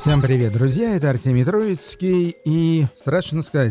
Всем привет, друзья, это Артемий Троицкий и, страшно сказать,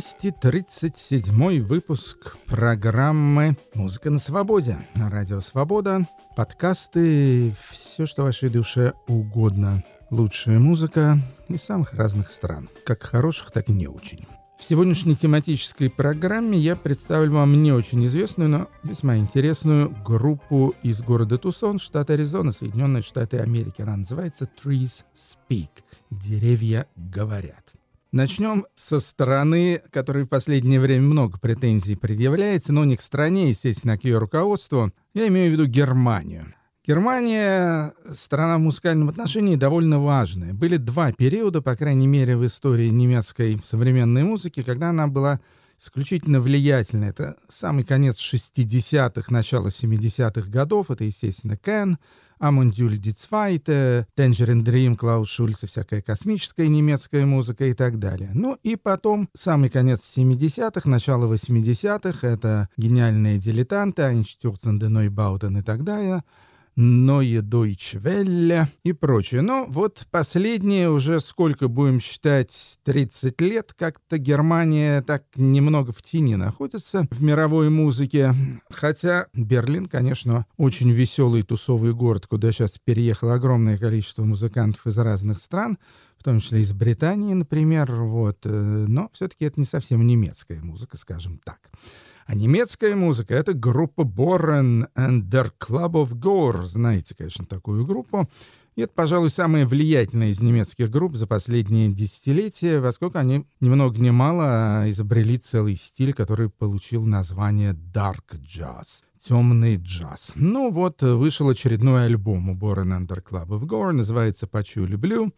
237-й выпуск программы «Музыка на свободе» на Радио Свобода. Подкасты, все, что вашей душе угодно. Лучшая музыка из самых разных стран, как хороших, так и не очень. В сегодняшней тематической программе я представлю вам не очень известную, но весьма интересную группу из города Тусон, штат Аризона, Соединенные Штаты Америки. Она называется Trees Speak. Деревья говорят. Начнем со страны, которой в последнее время много претензий предъявляется, но не к стране, естественно, а к ее руководству. Я имею в виду Германию. Германия — страна в музыкальном отношении довольно важная. Были два периода, по крайней мере, в истории немецкой современной музыки, когда она была исключительно влиятельна. Это самый конец 60-х, начало 70-х годов. Это, естественно, Кен, Амундюль ди Цвайте, Tangerine Dream, Клаус Шульц, всякая космическая немецкая музыка и так далее. Ну и потом самый конец 70-х, начало 80-х. Это гениальные дилетанты, Einstürzen der Neubauten и так далее. Neue Deutsche Welle и прочее. Но вот последние уже, сколько будем считать, 30 лет, как-то Германия так немного в тени находится в мировой музыке. Хотя Берлин, конечно, очень веселый тусовый город, куда сейчас переехало огромное количество музыкантов из разных стран, в том числе из Британии, например. Вот. Но все-таки это не совсем немецкая музыка, скажем так. А немецкая музыка — это группа Bohren and der Club of Gore. Знаете, конечно, такую группу. И это, пожалуй, самая влиятельная из немецких групп за последние десятилетия, поскольку они ни много ни мало изобрели целый стиль, который получил название Dark Jazz. Темный джаз. Ну вот, вышел очередной альбом у Bohren and der Club of Gore, называется «Почую, люблю».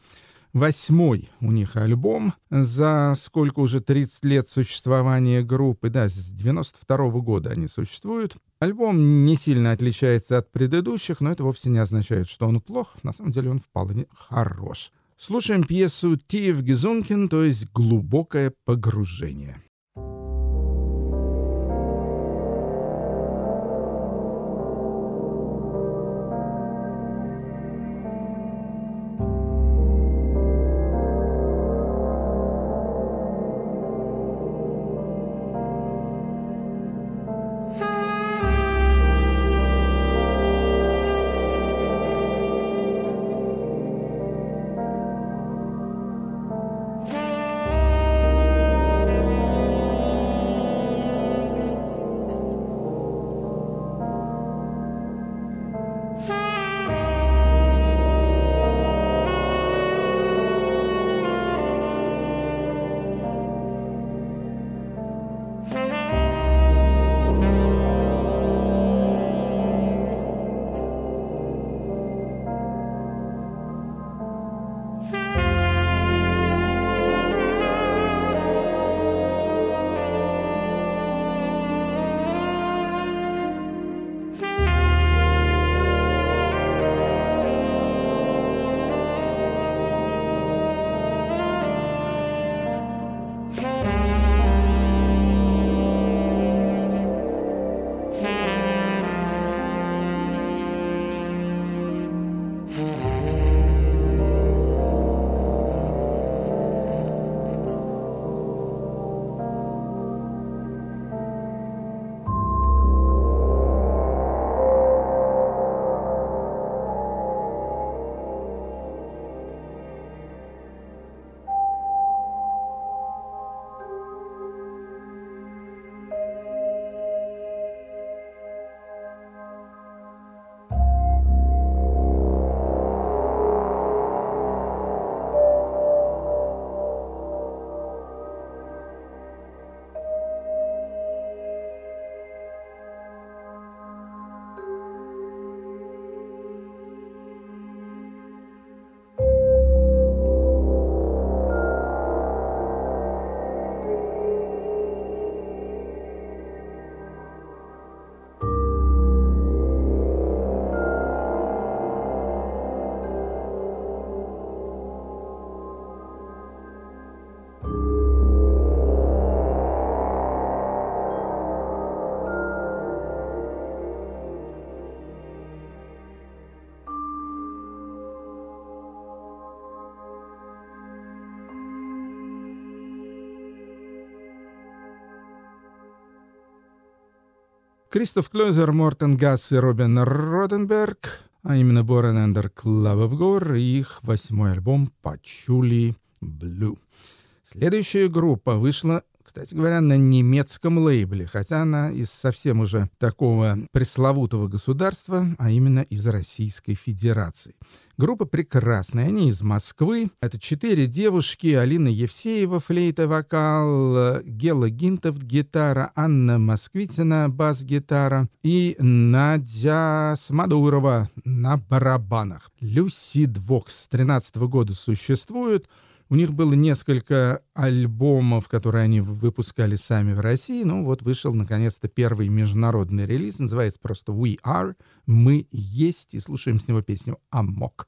8-й у них альбом за сколько уже 30 лет существования группы. Да, с 92-го года они существуют. Альбом не сильно отличается от предыдущих, но это вовсе не означает, что он плох. На самом деле он вполне хорош. Слушаем пьесу «Tief gesunken», то есть «Глубокое погружение». Кристоф Клойзер, Мортен Гасс и Робин Роденберг, а именно Born Under Cloud of Gore, и их 8-й альбом «Patchouli Blue». Следующая группа вышла, кстати говоря, на немецком лейбле, хотя она из совсем уже такого пресловутого государства, а именно из Российской Федерации. Группа прекрасная, они из Москвы. Это 4 девушки: Алина Евсеева, флейта, вокал, Гела Гинтов, гитара, Анна Москвитина, бас-гитара и Надя Смадурова на барабанах. Lucid Vox с 2013 года существует. У них было несколько альбомов, которые они выпускали сами в России. Ну вот вышел наконец-то первый международный релиз. Называется просто «We Are», «Мы есть». И слушаем с него песню «Амок».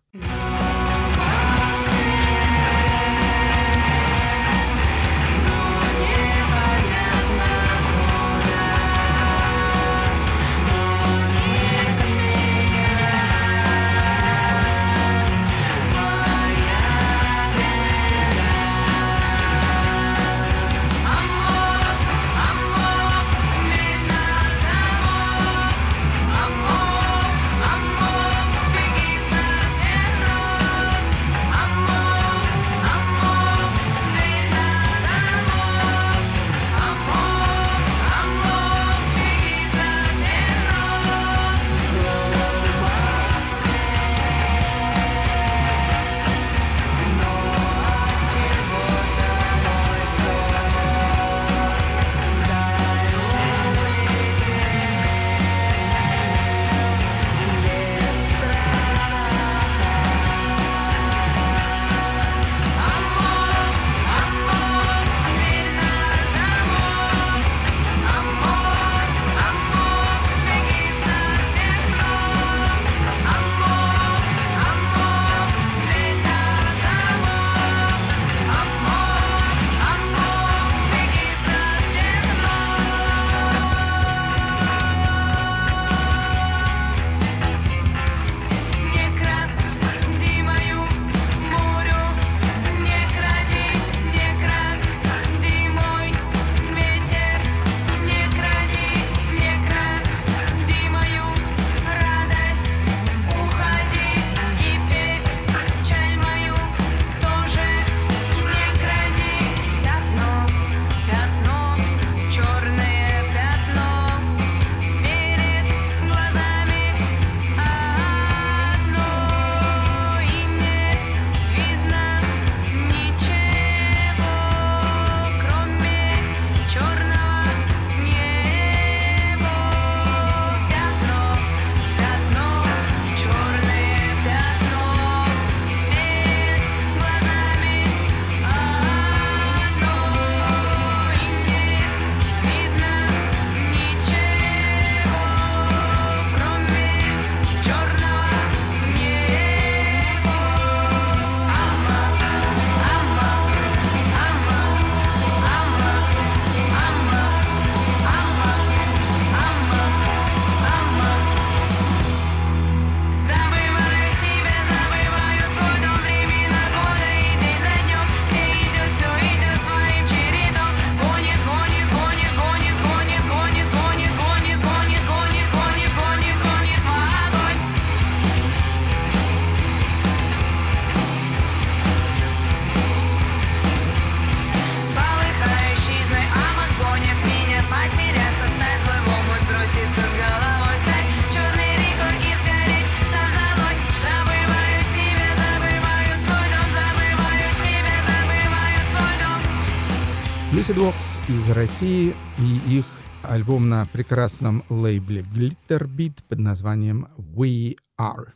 Lucid Vox из России и их альбом на прекрасном лейбле Glitterbeat под названием We Are.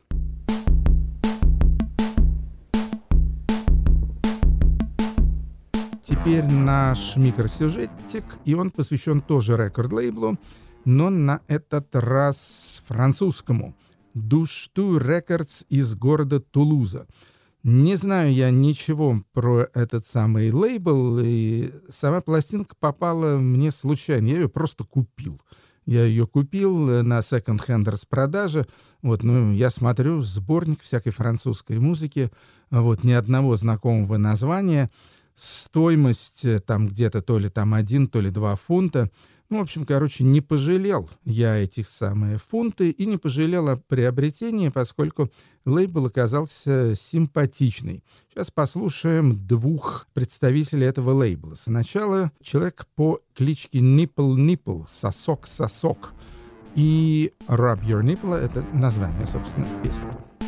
Теперь наш микросюжетик, и он посвящен тоже рекорд-лейблу, но на этот раз французскому. Douche2 Records из города Тулуза. Не знаю я ничего про этот самый лейбл, и сама пластинка попала мне случайно. Я ее просто купил. Я ее купил на секонд-хенд распродаже. Вот, ну, я смотрю, сборник всякой французской музыки, вот, ни одного знакомого названия. Стоимость там где-то то ли там 1, то ли 2 фунта. Ну, в общем, короче, не пожалел я этих самых фунты и не пожалел о приобретении, поскольку лейбл оказался симпатичный. Сейчас послушаем двух представителей этого лейбла. Сначала человек по кличке Nipple Nipple, Сосок, и Rub Your Nipple — это название, собственно, песни.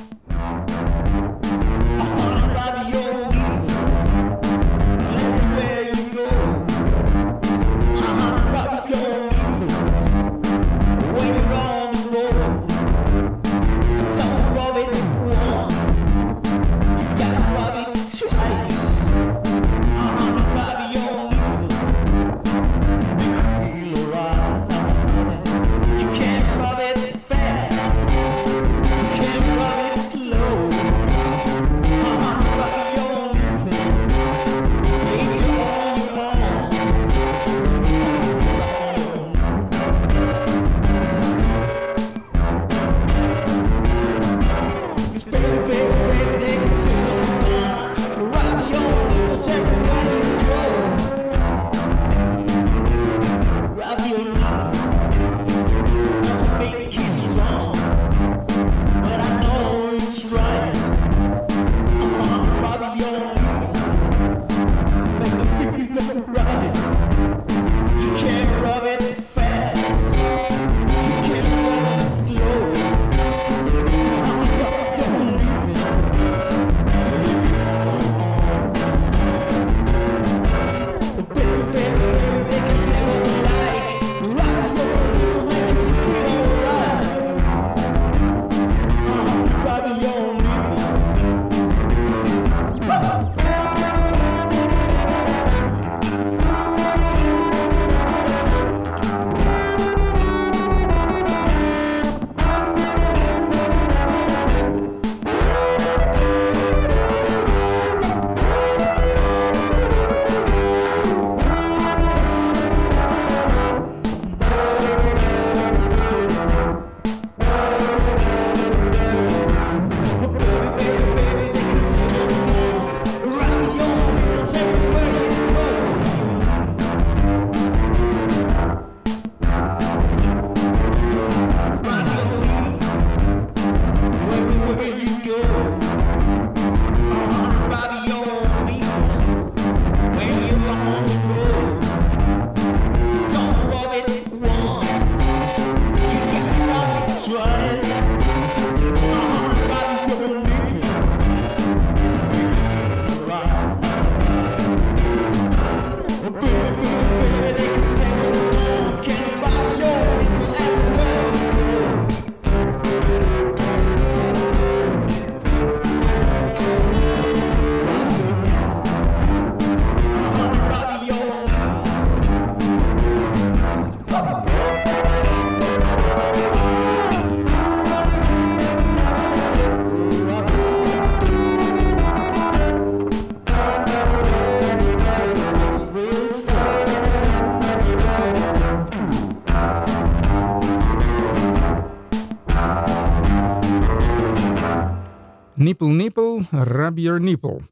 Nipple Nipple, Rub Your Nipple.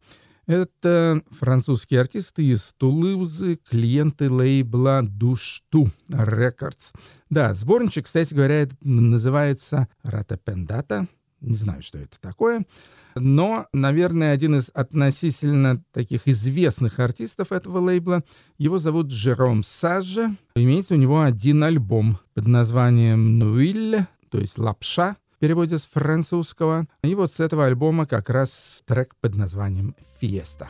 Это французские артисты из Тулузы, клиенты лейбла Душту Records. Да, сборничек, кстати говоря, называется Ратапендата. Не знаю, что это такое. Но, наверное, один из относительно таких известных артистов этого лейбла. Его зовут Жером Сажа. Имеется у него один альбом под названием «Нуиль», то есть «Лапша», в переводе с французского. И вот с этого альбома как раз трек под названием «Фиеста».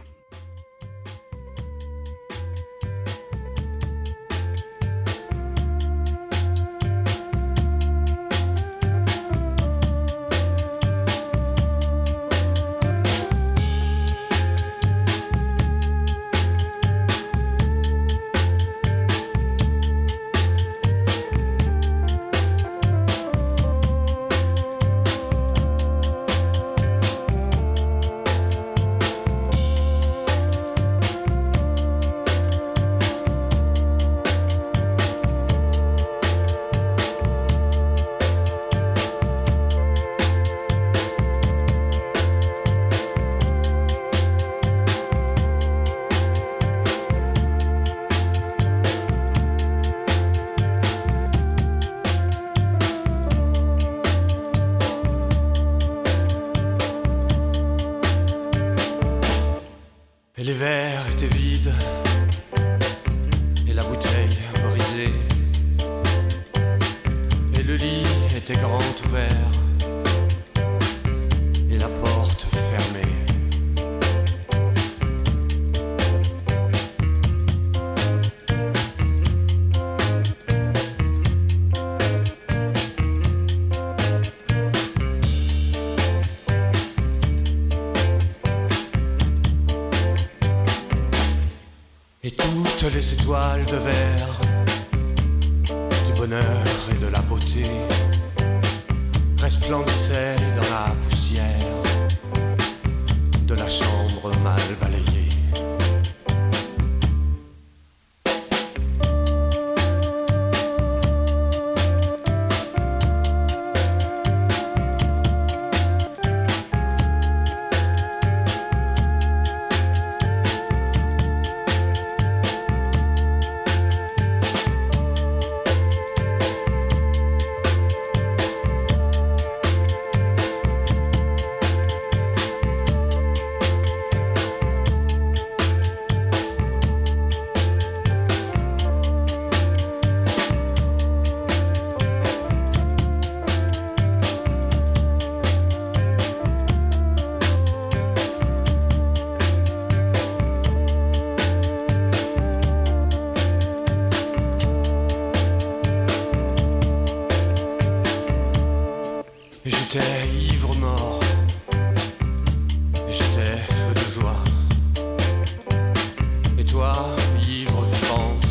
était grand ouvert et la porte fermée. Et toutes les étoiles de verre du bonheur et de la beauté resplendissaient dans la poussière de la chambre mal balayée. J'étais ivre mort, j'étais feu de joie. Et toi, ivre vivante,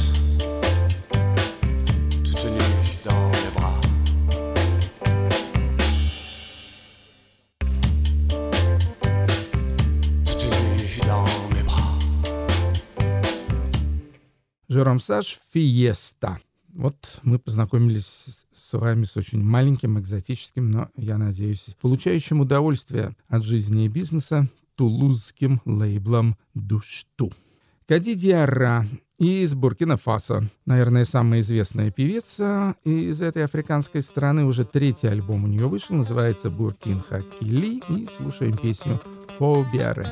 toute nue dans mes bras. Toute nue dans mes bras. Жером Саш «Фиеста». Вот мы познакомились с вами с очень маленьким, экзотическим, но, я надеюсь, получающим удовольствие от жизни и бизнеса тулузским лейблом «Душту». Кади Диарра из Буркина-Фасо. Наверное, самая известная певица из этой африканской страны. Уже 3-й альбом у нее вышел, называется «Буркин Хакили». И слушаем песню «Фо Биаре».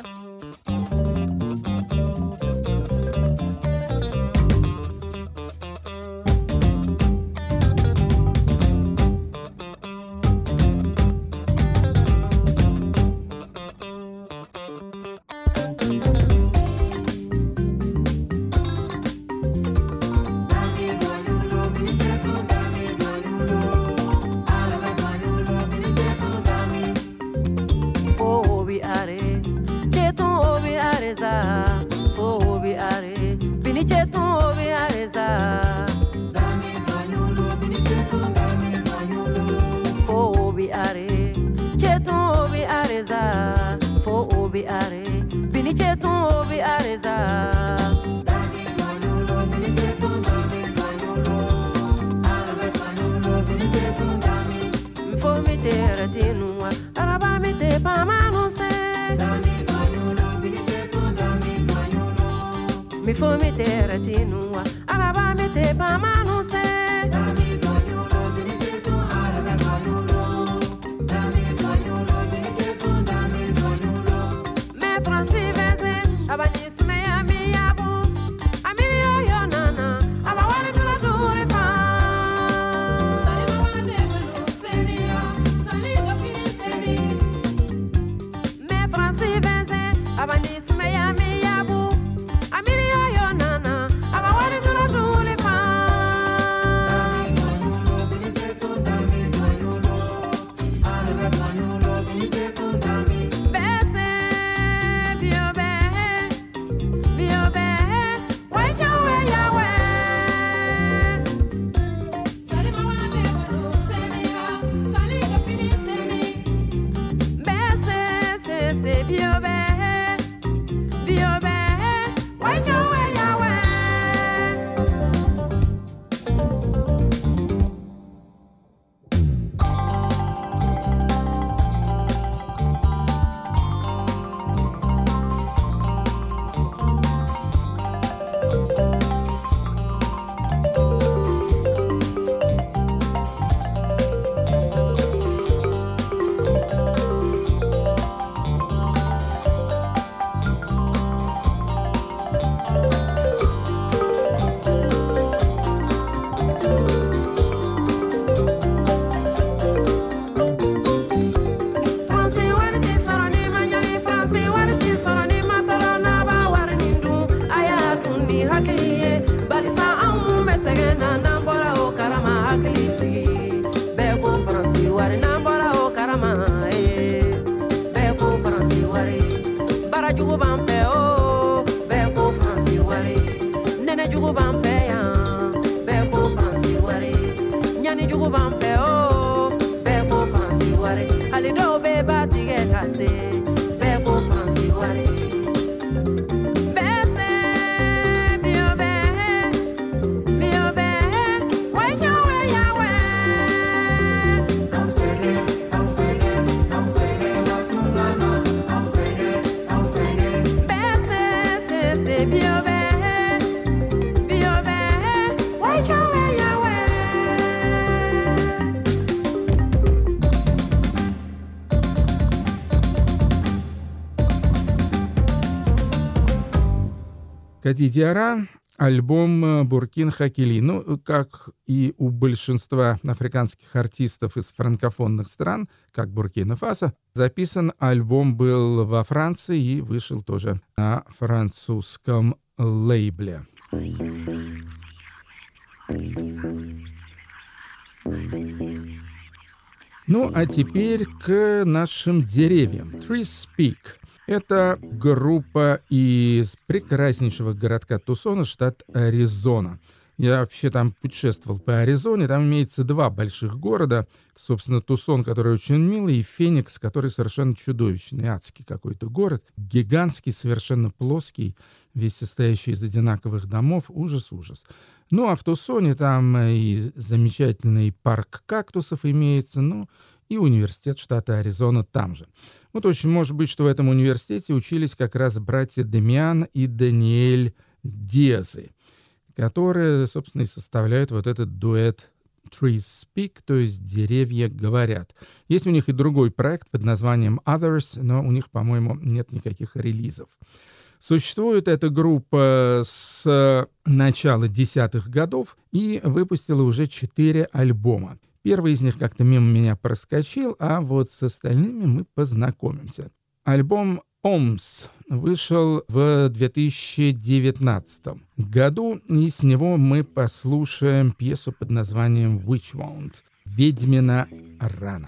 Mi fo mi terra tinua, araba mi te pa manu se. Dami gonyulo, bini chetu, arabe gonyulo. Dami gonyulo, bini chetu, dami gonyulo. Me fransi veze, abani sume ya mi yabu. Amiri yo yo nana, aba wari dura dure fa. Sali mama nebanu senia, sali gafini seni. Me fransi veze, abani sume ya mi yabu. Amiri yo yo nana, aba wari dura dure fa. hakili sigi bɛɛ ko faransi wari n'an bɔra o karama bɛɛ ko faransi wari barajugu b'an fɛ o bɛɛ ko faransi wari nɛnɛjugu b'an fɛ yan bɛɛ ko faransi wari ɲanijugu b'an fɛ o bɛɛ ko faransi wari hali dɔw bɛ ba tigɛ ka se bɛɛ ko faransi wari Кадидиара, альбом Буркин Хакили. Ну, как и у большинства африканских артистов из франкофонных стран, как Буркина-Фасо, записан альбом был во Франции и вышел тоже на французском лейбле. Ну, а теперь к нашим деревьям. Trees Speak. Это группа из прекраснейшего городка Тусона, штат Аризона. Я вообще там путешествовал по Аризоне. Там имеется два больших города. Собственно, Тусон, который очень милый, и Феникс, который совершенно чудовищный, адский какой-то город. Гигантский, совершенно плоский, весь состоящий из одинаковых домов. Ужас-ужас. Ну, а в Тусоне там и замечательный парк кактусов имеется, ну, и университет штата Аризона там же. Вот очень может быть, что в этом университете учились как раз братья Демиан и Даниэль Диазы, которые, собственно, и составляют вот этот дуэт Trees Speak, то есть «Деревья говорят». Есть у них и другой проект под названием Others, но у них, по-моему, нет никаких релизов. Существует эта группа с начала 10-х годов и выпустила уже 4 альбома. Первый из них как-то мимо меня проскочил, а вот с остальными мы познакомимся. Альбом «Омс» вышел в 2019 году, и с него мы послушаем пьесу под названием «Witch Wound» — «Ведьмина рана».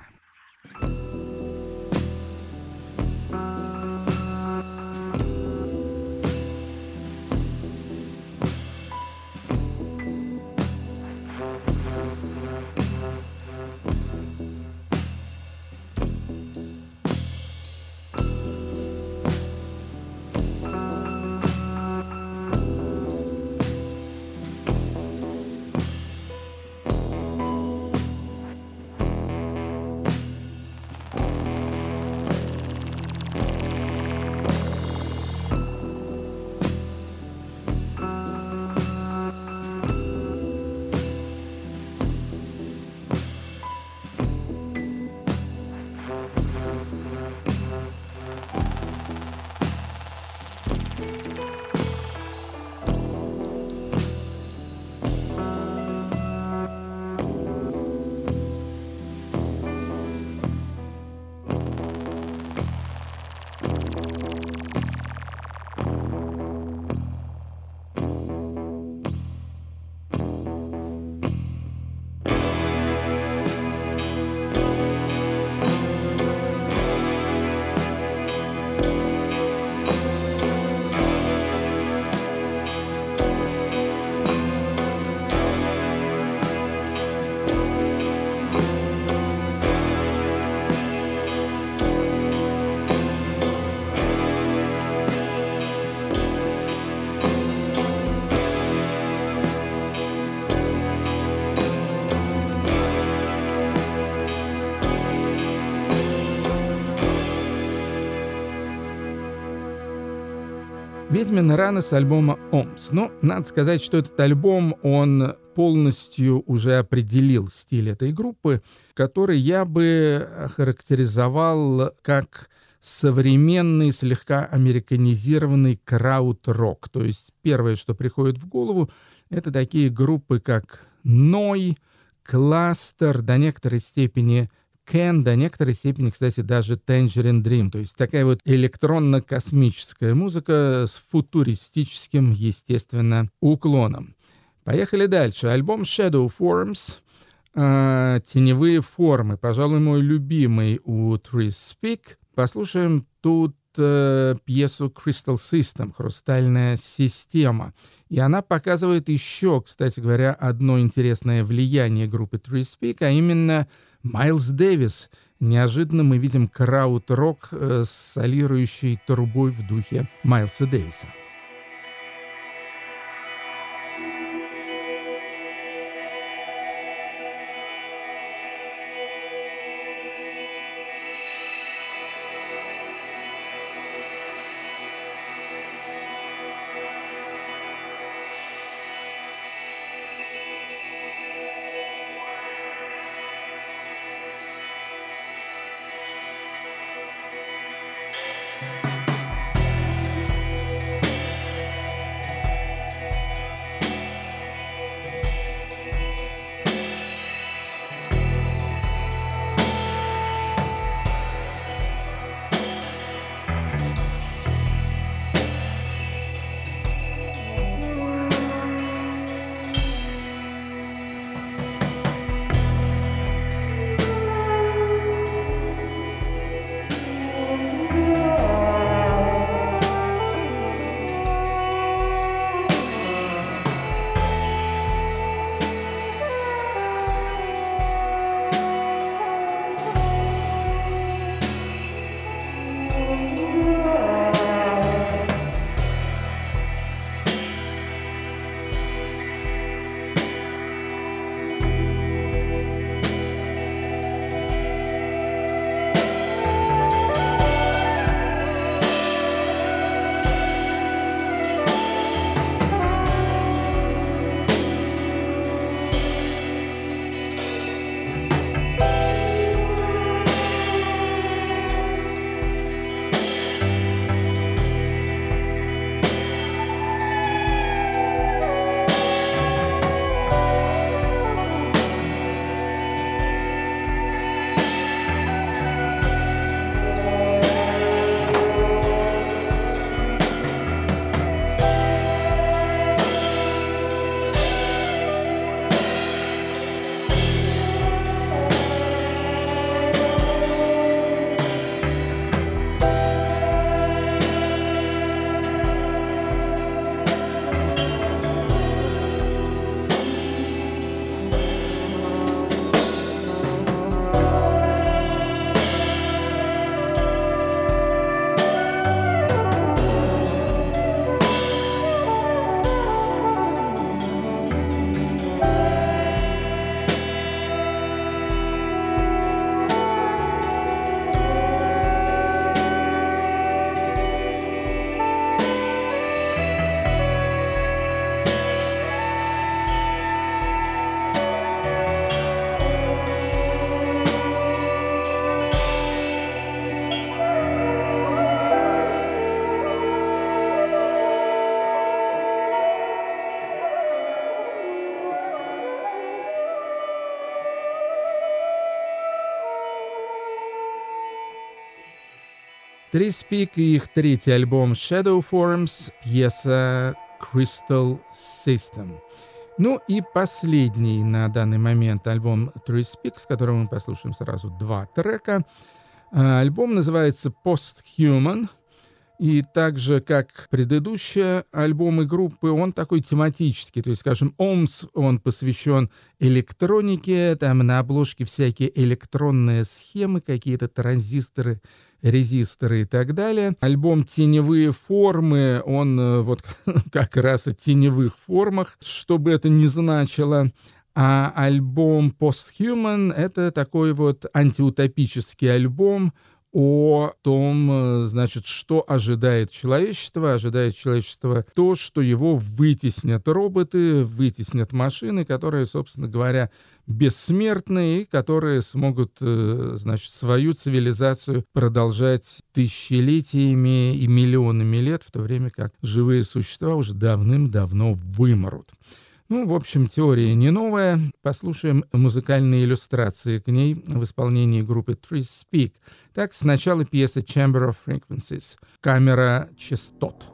«Ведьмина рана» с альбома «Омс». Но надо сказать, что этот альбом, он полностью уже определил стиль этой группы, который я бы охарактеризовал как современный, слегка американизированный крауд-рок. То есть первое, что приходит в голову, это такие группы, как «Ной», «Кластер», до некоторой степени «Кен», до некоторой степени, кстати, даже «Tangerine Dream». То есть такая вот электронно-космическая музыка с футуристическим, естественно, уклоном. Поехали дальше. Альбом «Shadow Forms». теневые формы. Пожалуй, мой любимый у Trees Speak. Послушаем тут пьесу Crystal System, «Хрустальная система». И она показывает еще, кстати говоря, одно интересное влияние группы Trees Speak, а именно Майлз Дэвис. Неожиданно мы видим крауд-рок с солирующей трубой в духе Майлса Дэвиса. Trees Speak и их третий альбом Shadow Forms, пьеса Crystal System. Ну и последний на данный момент альбом Trees Speak, с которым мы послушаем сразу два трека. Альбом называется Posthuman. И так же, как предыдущие альбомы группы, он такой тематический. То есть, скажем, Ohms, он посвящен электронике, там на обложке всякие электронные схемы, какие-то транзисторы, резисторы и так далее. Альбом «Теневые формы», он вот как раз о теневых формах, что бы это ни значило. А альбом «Posthuman» — это такой вот антиутопический альбом о том, значит, что ожидает человечество. Ожидает человечество то, что его вытеснят роботы, вытеснят машины, которые, собственно говоря, бессмертные, и которые смогут, значит, свою цивилизацию продолжать тысячелетиями и миллионами лет, в то время как живые существа уже давным-давно вымрут. Ну, в общем, теория не новая. Послушаем музыкальные иллюстрации к ней в исполнении группы Trees Speak. Так, сначала пьеса Chamber of Frequencies, камера частот.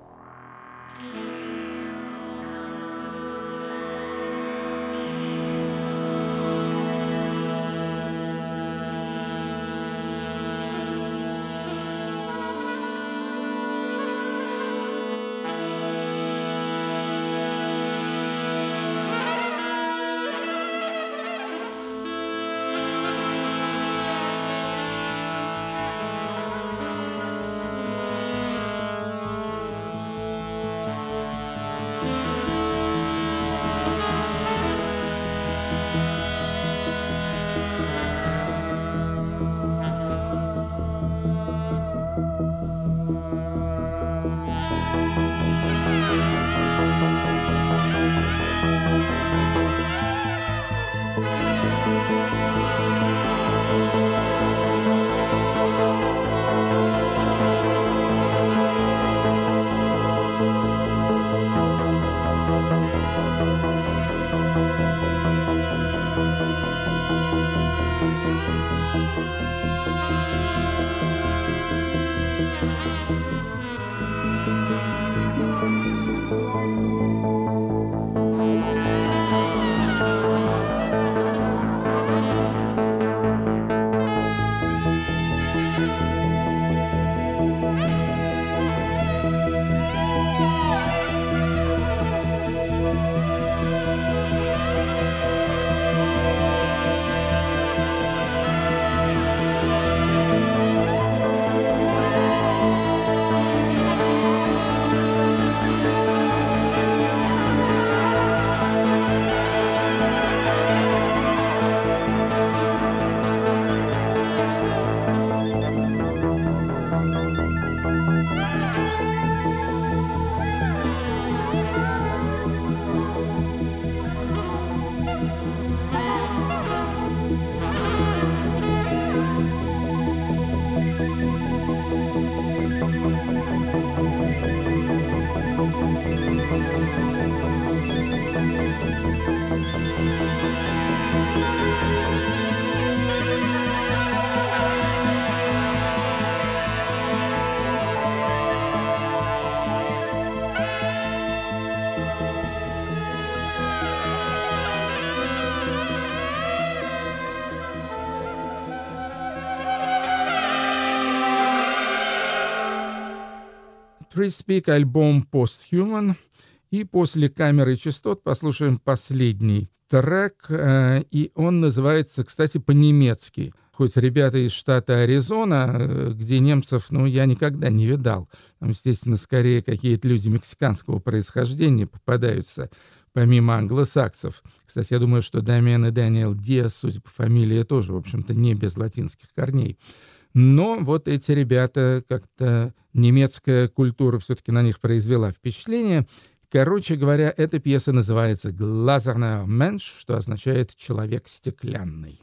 Three Speak, альбом Posthuman. И после «Камеры частот» послушаем последний трек, и он называется, кстати, по-немецки. Хоть ребята из штата Аризона, где немцев, я никогда не видал. Там, естественно, скорее какие-то люди мексиканского происхождения попадаются, помимо англосаксов. Кстати, я думаю, что Дамиан и Дэниел Диас, судя по фамилии, тоже, в общем-то, не без латинских корней. Но вот эти ребята, как-то немецкая культура все-таки на них произвела впечатление. Короче говоря, эта пьеса называется «Gläserner Mensch», что означает «человек стеклянный».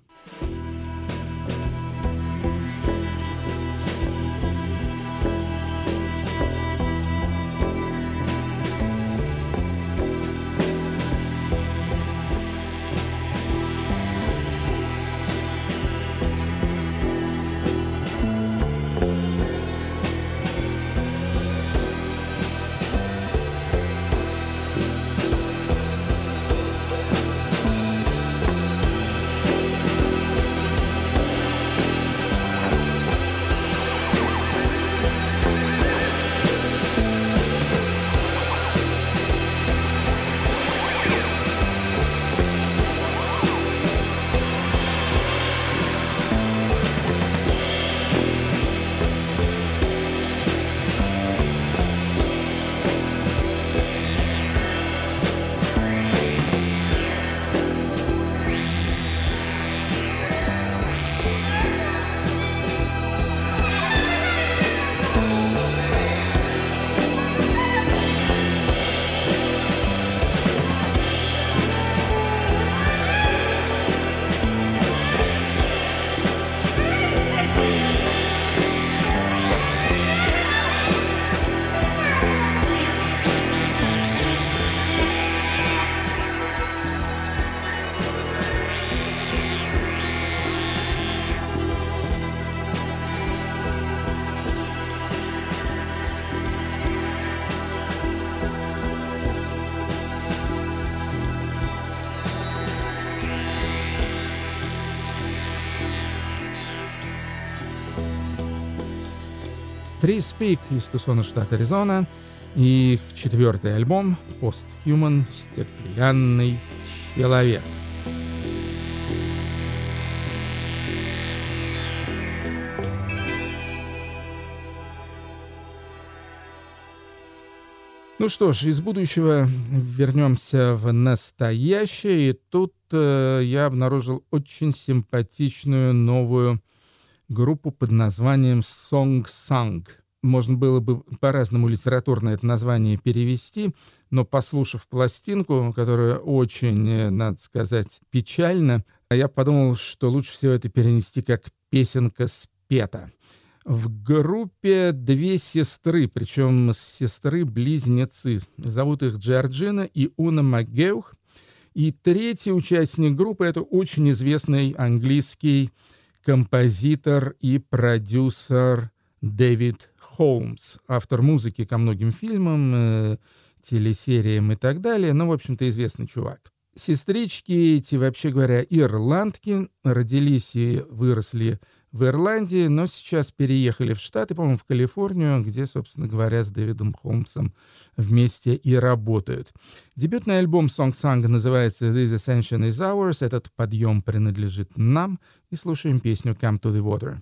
Three Speak из Тусона, штат Аризона, и их 4-й альбом Posthuman, «Стеклянный человек». Ну что ж, из будущего вернемся в настоящее, и тут я обнаружил очень симпатичную новую группу под названием Song Sang. Можно было бы по-разному литературно это название перевести, но, послушав пластинку, которая очень, надо сказать, печальна, я подумал, что лучше всего это перенести как «песенка спета». В группе 2 сестры, причем сестры-близнецы. Зовут их Джорджина и Уна МакГеух. И 3-й участник группы — это очень известный английский композитор и продюсер Дэвид Холмс, автор музыки ко многим фильмам, телесериям и так далее. В общем-то, известный чувак. Сестрички эти, вообще говоря, ирландки, родились и выросли в Ирландии, но сейчас переехали в Штаты, по-моему, в Калифорнию, где, собственно говоря, с Дэвидом Холмсом вместе и работают. Дебютный альбом Song Sang называется «This Ascension is Ours». Этот подъем принадлежит нам. И слушаем песню «Come to the Water».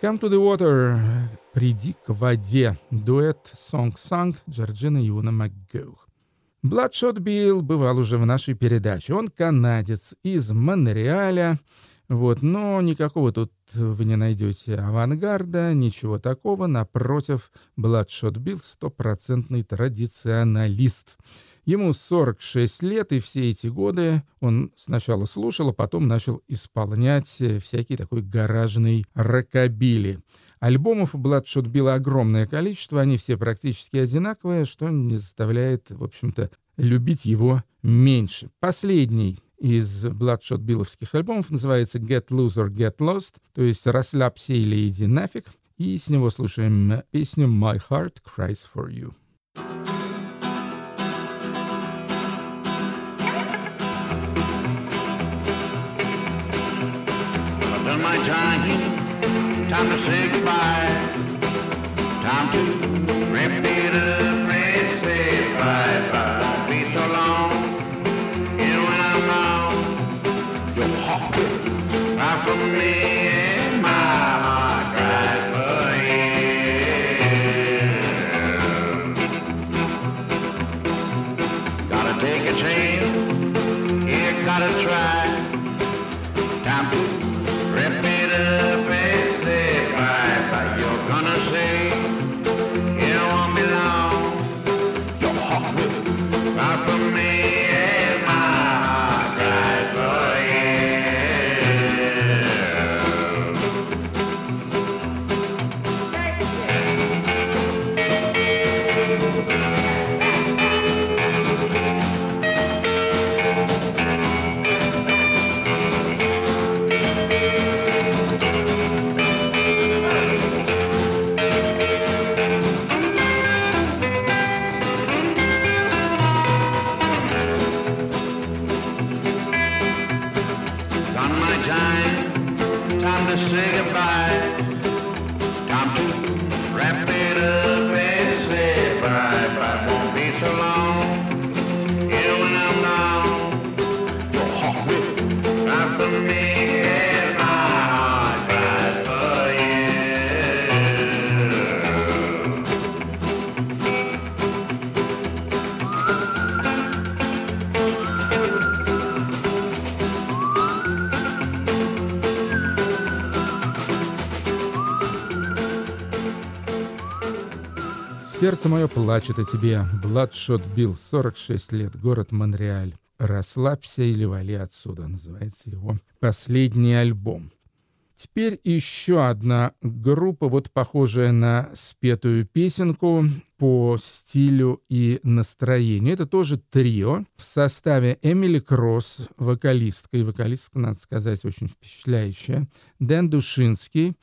Come to the Water, приди к воде, дуэт Song Song Джорджина и Юна МакГоу. Bloodshot Bill бывал уже в нашей передаче. Он канадец из Монреаля, но никакого тут вы не найдете авангарда, ничего такого. Напротив, Bloodshot Bill — стопроцентный традиционалист. Ему 46 лет, и все эти годы он сначала слушал, а потом начал исполнять всякий такой гаражный рокобили. Альбомов у Bloodshot Bill'а огромное количество, они все практически одинаковые, что не заставляет, в общем-то, любить его меньше. Последний из Bloodshot Bill'овских альбомов называется Get Loose or Get Lost, то есть «Расслабься или иди нафиг», и с него слушаем песню My Heart Cries for You. Time to say goodbye. Time to rip it up and say bye-bye. Won't be so long. And when I'm gone, your heart will cry for me and my heart cries for you. Gotta take a chance. Yeah, gotta try. Time to rip it up and «Сердце мое плачет о тебе», Bloodshot Bill, 46 лет, город Монреаль. «Расслабься или вали отсюда» называется его последний альбом. Теперь еще одна группа, похожая на спетую песенку по стилю и настроению. Это тоже трио в составе Эмили Кросс, вокалистка, и вокалистка, надо сказать, очень впечатляющая, Дэн Душинский,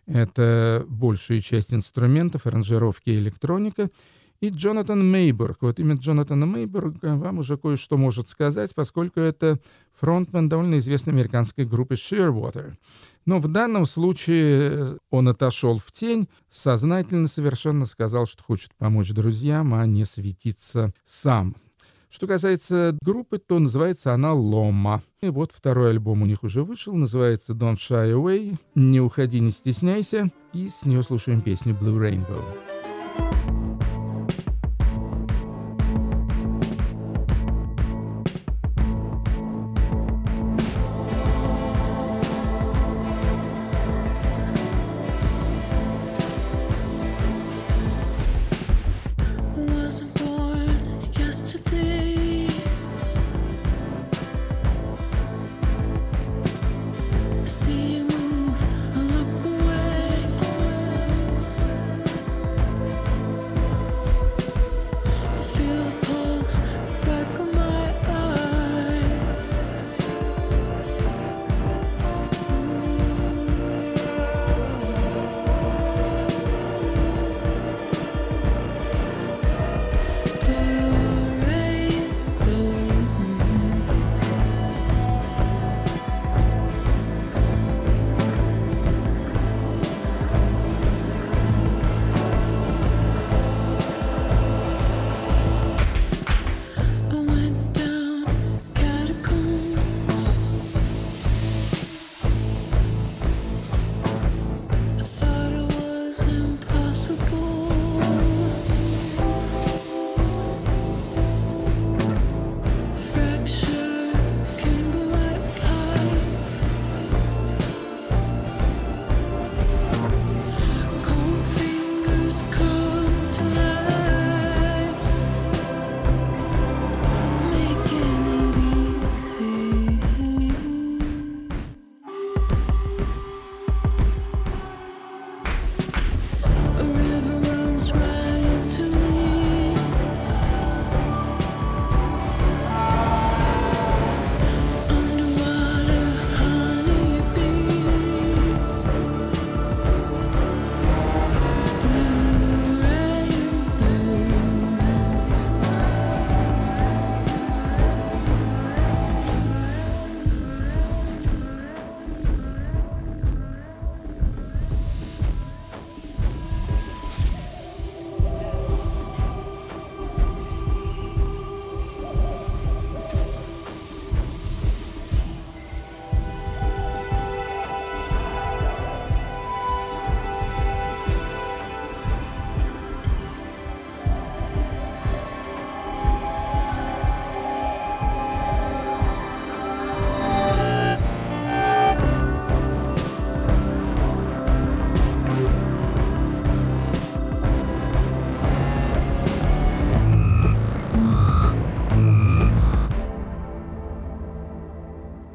это большая часть инструментов, аранжировки и электроника, и Джонатан Мейбург. Имя Джонатана Мейбурга вам уже кое-что может сказать, поскольку это фронтмен довольно известной американской группы Shearwater. Но в данном случае он отошел в тень, сознательно совершенно сказал, что хочет помочь друзьям, а не светиться сам. Что касается группы, то называется она «Лома». И второй альбом у них уже вышел, называется «Don't Shy Away», «Не уходи, не стесняйся», и с нее слушаем песню «Blue Rainbow». See you move, look away.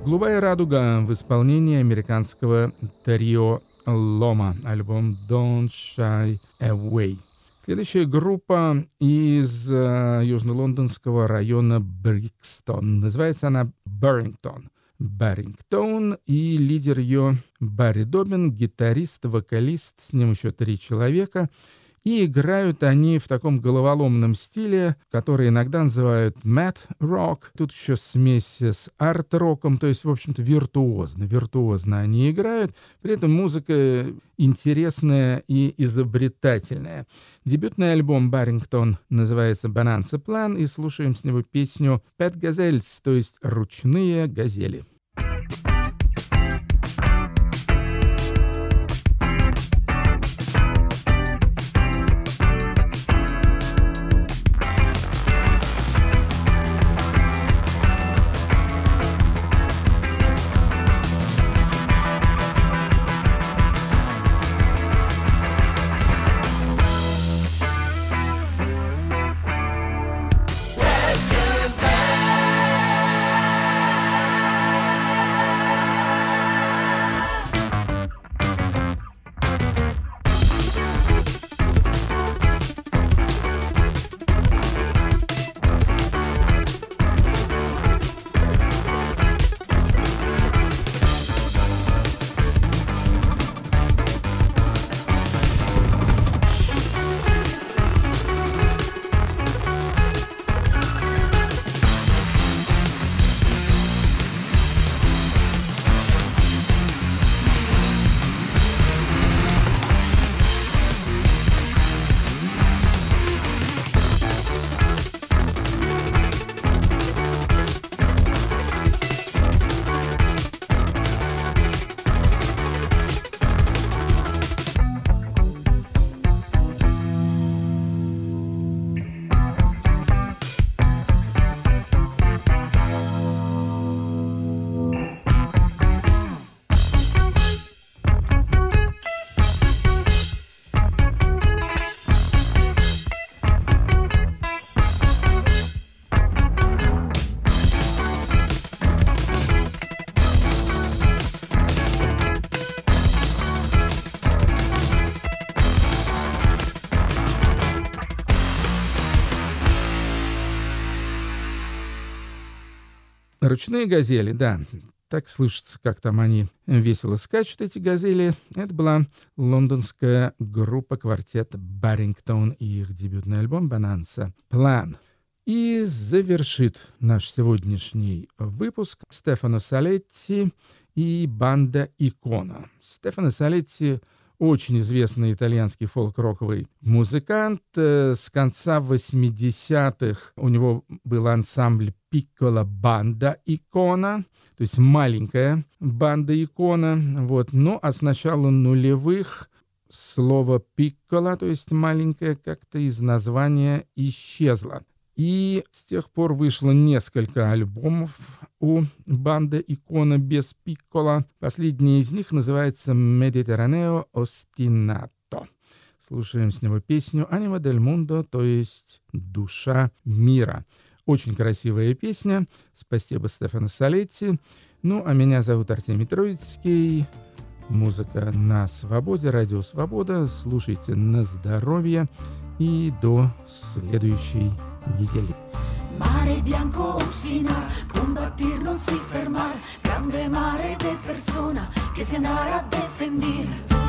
«Голубая радуга» в исполнении американского трио Лома, альбом «Don't Shy Away». Следующая группа из южно-лондонского района Брикстон. Называется она Баррингтон. И лидер ее Барри Добин, гитарист, вокалист, с ним еще 3 человека. И играют они в таком головоломном стиле, который иногда называют мат-рок. Тут еще смесь с арт-роком, то есть, в общем-то, виртуозно они играют. При этом музыка интересная и изобретательная. Дебютный альбом Баррингтон называется «Bonanza Plan», и слушаем с него песню «Pet Gazelles», то есть «Ручные газели». Ручные газели, да, так слышится, как там они весело скачут, эти газели. Это была лондонская группа квартет Баррингтон и их дебютный альбом «Bonanza Plan». И завершит наш сегодняшний выпуск Стефано Салетти и банда «Икона». Стефано Салетти — очень известный итальянский фолк-роковый музыкант. С конца 80-х у него был ансамбль «Piccola Banda Icona», то есть маленькая банда «Икона». Вот. Ну, а с начала нулевых слово «пиккола», то есть маленькая, как-то из названия исчезло. И с тех пор вышло несколько альбомов у банды «Икона» без пиккола. Последний из них называется «Mediterraneo Ostinato». Слушаем с него песню «Anima del Mundo», то есть «Душа мира». Очень красивая песня. Спасибо Стефано Салетти. Ну, а меня зовут Артемий Троицкий. Музыка на свободе, радио «Свобода». Слушайте на здоровье. И до следующей недели. Mare bianco ostinar, combattir non si fermar, grande mare de persona che si andrà a defender.